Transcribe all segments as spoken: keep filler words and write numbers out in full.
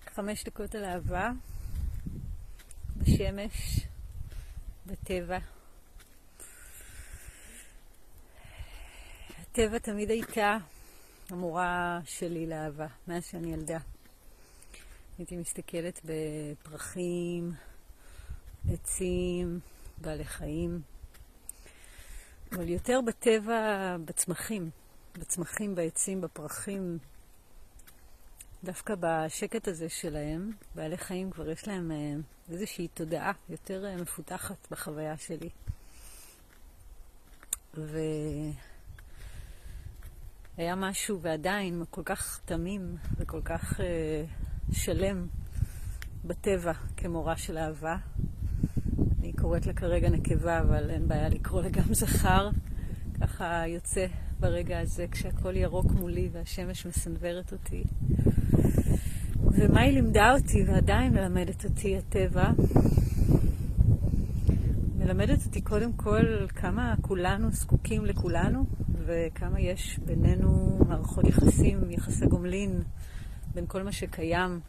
חמש דקות על אהבה, בשמש, בטבע. הטבע תמיד הייתה המורה שלי לאהבה, מאז שאני ילדה. הייתי מסתכלת בפרחים, עצים, בעלי חיים, אבל יותר בטבע, בצמחים, בצמחים, בעצים, בפרחים. דווקא בשקט הזה שלהם, בעלי חיים כבר יש להם איזושהי תודעה יותר מפותחת בחוויה שלי. והיה משהו ועדיין כל כך תמים וכל כך שלם בטבע כמורה של אהבה. אני קוראת לה כרגע נקבה, אבל אין בעיה לקרוא לה גם זכר. ככה יוצא ברגע הזה כשהכל ירוק מולי והשמש מסנוורת אותי. ומה היא לימדה אותי ועדיין מלמדת אותי הטבע? מלמדת אותי קודם כל כמה כולנו זקוקים לכולנו, וכמה יש בינינו מערכות יחסים, יחסי גומלין בין כל מה שקיים.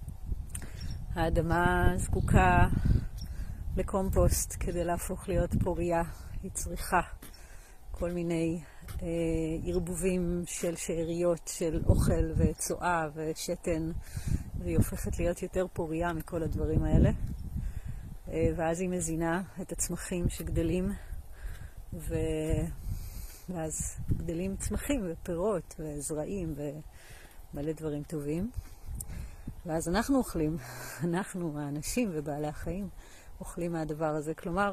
האדמה זקוקה לקומפוסט כדי להפוך להיות פוריה. היא צריכה כל מיני אה, ערבובים של שאריות של אוכל וצואה ושתן, והיא הופכת להיות יותר פוריה מכל הדברים האלה. אה, ואז היא מזינה את הצמחים שגדלים, ו... ואז גדלים צמחים ופירות וזרעים ומלא דברים טובים. ואז אנחנו אוכלים, אנחנו האנשים ובעלי החיים אוכלים מהדבר הזה. כלומר,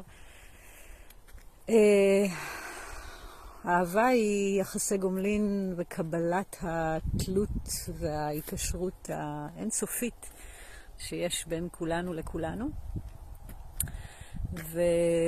אה, האהבה היא יחסי גומלין וקבלת התלות וההיקשרות האינסופית שיש בין כולנו לכולנו. ו...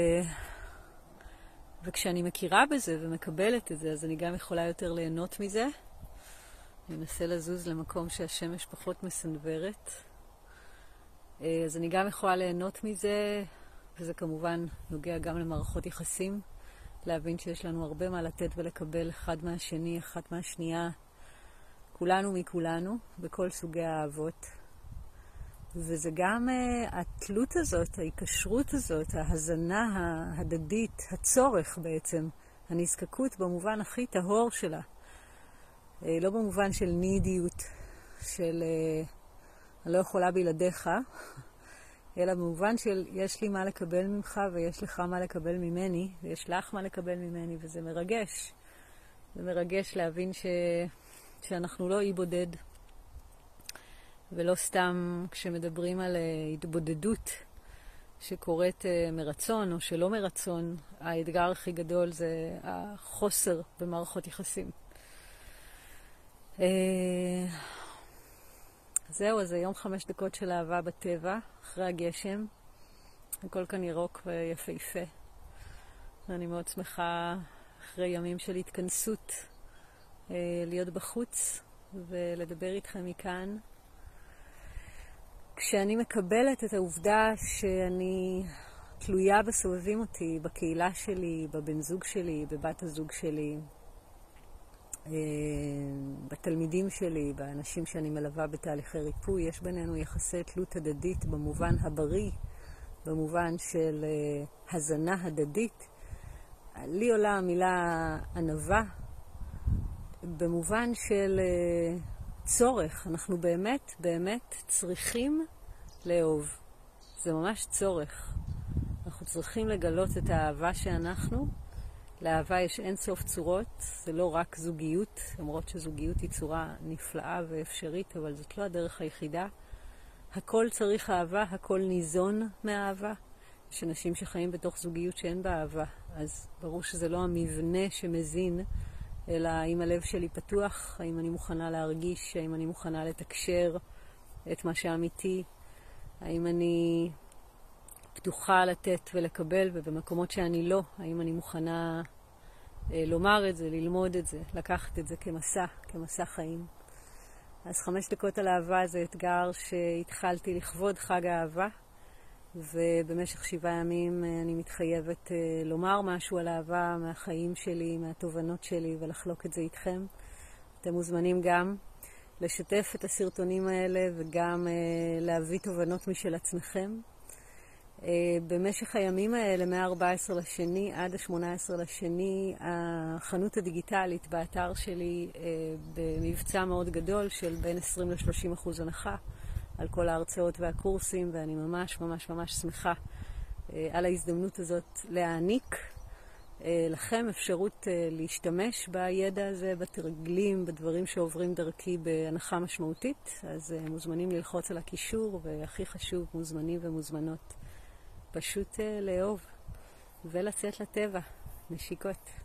וכשאני מכירה בזה ומקבלת את זה, אז אני גם יכולה יותר ליהנות מזה. אני מנסה לזוז למקום שהשמש פחות מסנוורת. אז אני גם יכולה ליהנות מזה, וזה כמובן נוגע גם למערכות יחסים. להבין שיש לנו הרבה מה לתת ולקבל אחד מהשני, אחד מהשנייה, כולנו מכולנו, בכל סוגי האהבות. וזה גם uh, התלות הזאת, ההיקשרות הזאת, ההזנה ההדדית, הצורך בעצם, הנזקקות במובן הכי טהור שלה. Uh, לא במובן של נידיות, של uh, אני לא יכולה בלעדיך, אלא במובן של יש לי מה לקבל ממך ויש לך מה לקבל ממני ויש לך מה לקבל ממני, וזה מרגש. זה מרגש להבין ש... שאנחנו לא אי בודד, ולא סתם כשמדברים על התבודדות שקורית מרצון או שלא מרצון, האתגר הכי גדול זה החוסר במערכות יחסים. זהו, אז היום חמש דקות של אהבה בטבע, אחרי הגשם. הכל כאן ירוק ויפהפה. ואני מאוד שמחה אחרי ימים של התכנסות להיות בחוץ ולדבר איתכם מכאן. כשאני מקבלת את העובדה שאני תלויה בסובבים אותי, בקהילה שלי, בבן זוג שלי, בבת הזוג שלי, בתלמידים שלי, באנשים שאני מלווה בתהליכי ריפוי, יש בינינו יחסי תלות הדדית במובן הבריא, במובן של uh, הזנה הדדית. לי עולה המילה ענווה, במובן של uh, צורך. אנחנו באמת, באמת צריכים לאהוב. זה ממש צורך. אנחנו צריכים לגלות את האהבה שאנחנו. לאהבה יש אין סוף צורות, זה לא רק זוגיות, למרות שזוגיות היא צורה נפלאה ואפשרית, אבל זאת לא הדרך היחידה. הכל צריך אהבה, הכל ניזון מהאהבה. יש אנשים שחיים בתוך זוגיות שאין בה אהבה, אז ברור שזה לא המבנה שמזין, אלא האם הלב שלי פתוח, האם אני מוכנה להרגיש, האם אני מוכנה לתקשר את מה שאמיתי, האם אני פתוחה לתת ולקבל, ובמקומות שאני לא, האם אני מוכנה אה, לומר את זה, ללמוד את זה, לקחת את זה כמסע, כמסע חיים. אז חמש דקות על אהבה זה אתגר שהתחלתי לכבוד חג האהבה, ובמשך שבעה ימים אה, אני מתחייבת אה, לומר משהו על אהבה מהחיים שלי, מהתובנות שלי, ולחלוק את זה איתכם. אתם מוזמנים גם לשתף את הסרטונים האלה וגם להביא תובנות משל עצמכם. במשך הימים האלה, מה-ארבעה עשר לשני עד ה-שמונה עשר לשני, החנות הדיגיטלית באתר שלי במבצע מאוד גדול של בין עשרים ל-שלושים אחוז הנחה על כל ההרצאות והקורסים, ואני ממש ממש ממש שמחה על ההזדמנות הזאת להעניק לכם אפשרות להשתמש בידע הזה, בתרגלים, בדברים שעוברים דרכי בהנחה משמעותית. אז מוזמנים ללחוץ על הקישור, והכי חשוב, מוזמנים ומוזמנות פשוט לאהוב ולצאת לטבע. נשיקות.